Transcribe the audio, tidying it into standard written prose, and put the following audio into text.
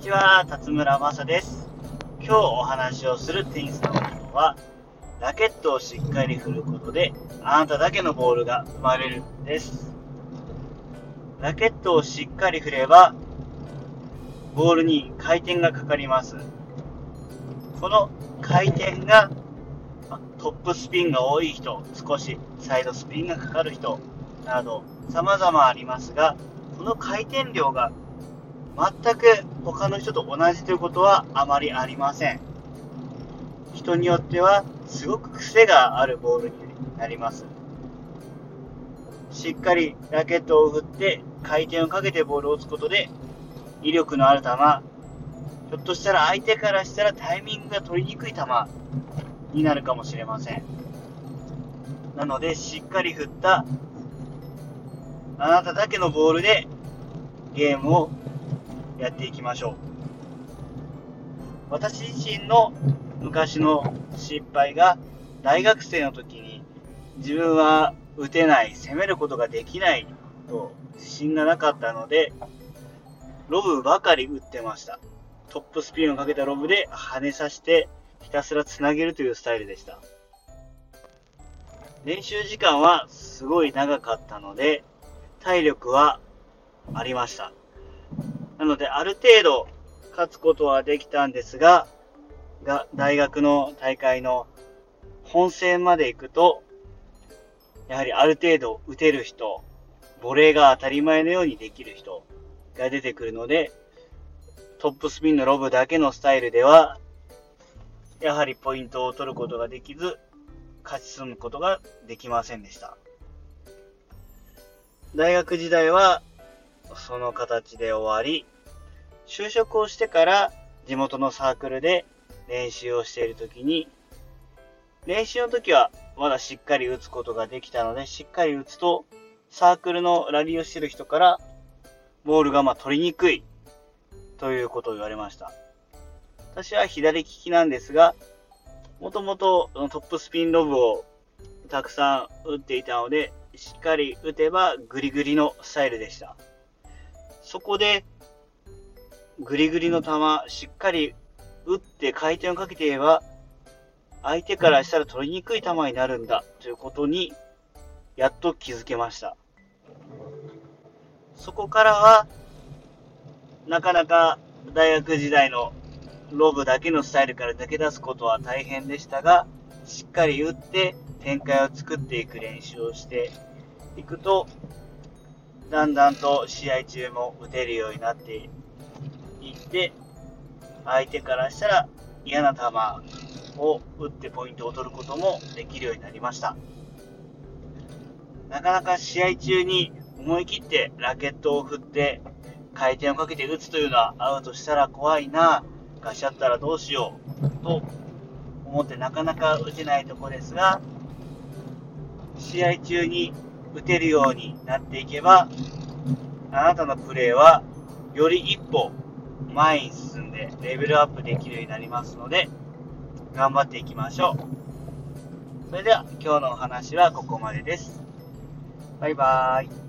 ちは、辰村正です。今日お話をするテニスのことは、ラケットをしっかり振ることで、あなただけのボールが生まれるです。ラケットをしっかり振れば、ボールに回転がかかります。この回転が、トップスピンが多い人、少しサイドスピンがかかる人など様々ありますが、この回転量が全く他の人と同じということはあまりありません。人によってはすごく癖があるボールになります。しっかりラケットを振って回転をかけてボールを打つことで威力のある球、ひょっとしたら相手からしたらタイミングが取りにくい球になるかもしれません。なのでしっかり振ったあなただけのボールでゲームをやっていきましょう。私自身の昔の失敗が大学生の時に自分は打てない、攻めることができないと自信がなかったのでロブばかり打ってました。トップスピンをかけたロブで跳ねさせてひたすらつなげるというスタイルでした。練習時間はすごい長かったので体力はありました。なのである程度勝つことはできたんですが、大学の大会の本戦まで行くとやはりある程度打てる人、ボレーが当たり前のようにできる人が出てくるので、トップスピンのロブだけのスタイルではやはりポイントを取ることができず勝ち進むことができませんでした。大学時代はその形で終わり、就職をしてから地元のサークルで練習をしているときに、練習の時はまだしっかり打つことができたので、しっかり打つとサークルのラリーをしている人からボールが取りにくいということを言われました。私は左利きなんですが、もともとトップスピンロブをたくさん打っていたので、しっかり打てばグリグリのスタイルでした。そこでグリグリの球、しっかり打って回転をかけていれば相手からしたら取りにくい球になるんだということにやっと気づけました。そこからはなかなか大学時代のロブだけのスタイルから抜け出すことは大変でしたが、しっかり打って展開を作っていく練習をしていくと、だんだんと試合中も打てるようになっていって、相手からしたら嫌な球を打ってポイントを取ることもできるようになりました。なかなか試合中に思い切ってラケットを振って回転をかけて打つというのはアウトしたら怖いな、ガシャったらどうしようと思ってなかなか打てないところですが、試合中に打てるようになっていけば、あなたのプレーはより一歩前に進んでレベルアップできるようになりますので、頑張っていきましょう。それでは今日のお話はここまでです。バイバーイ。